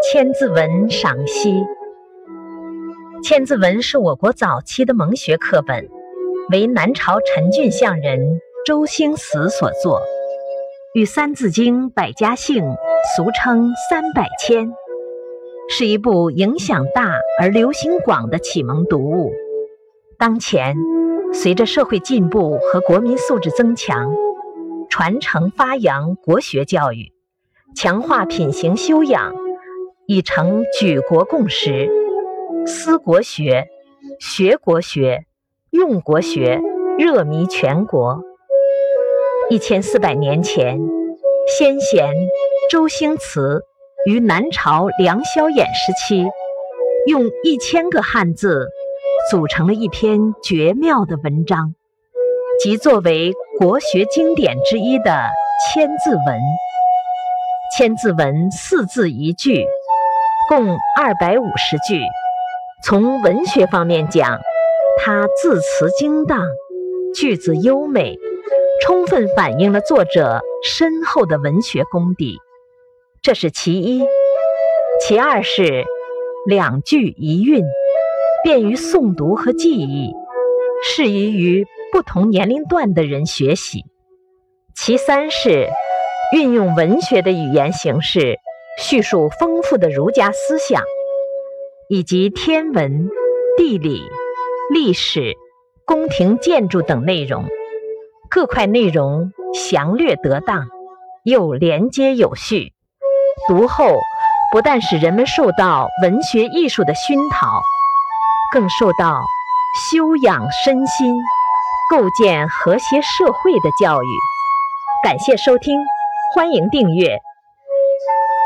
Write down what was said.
千字文赏析。千字文是我国早期的蒙学课本，为南朝陈俊相人周兴嗣所作，与三字经、百家姓俗称三百千，是一部影响大而流行广的启蒙读物。当前，随着社会进步和国民素质增强，传承发扬国学教育，强化品行修养，已成举国共识。思国学、学国学、用国学热靡全国。1400年前，先贤周兴嗣于南朝梁萧衍时期，用1000个汉字组成了一篇绝妙的文章，即作为国学经典之一的千字文。千字文4字一句，共250句。从文学方面讲，它字词精当，句子优美，充分反映了作者深厚的文学功底，这是其一。其二是两句一韵，便于诵读和记忆，适宜于不同年龄段的人学习。其三是运用文学的语言形式，叙述丰富的儒家思想，以及天文、地理、历史、宫廷建筑等内容，各块内容详略得当，又连接有序。读后不但使人们受到文学艺术的熏陶，更受到修养身心、构建和谐社会的教育。感谢收听，欢迎订阅。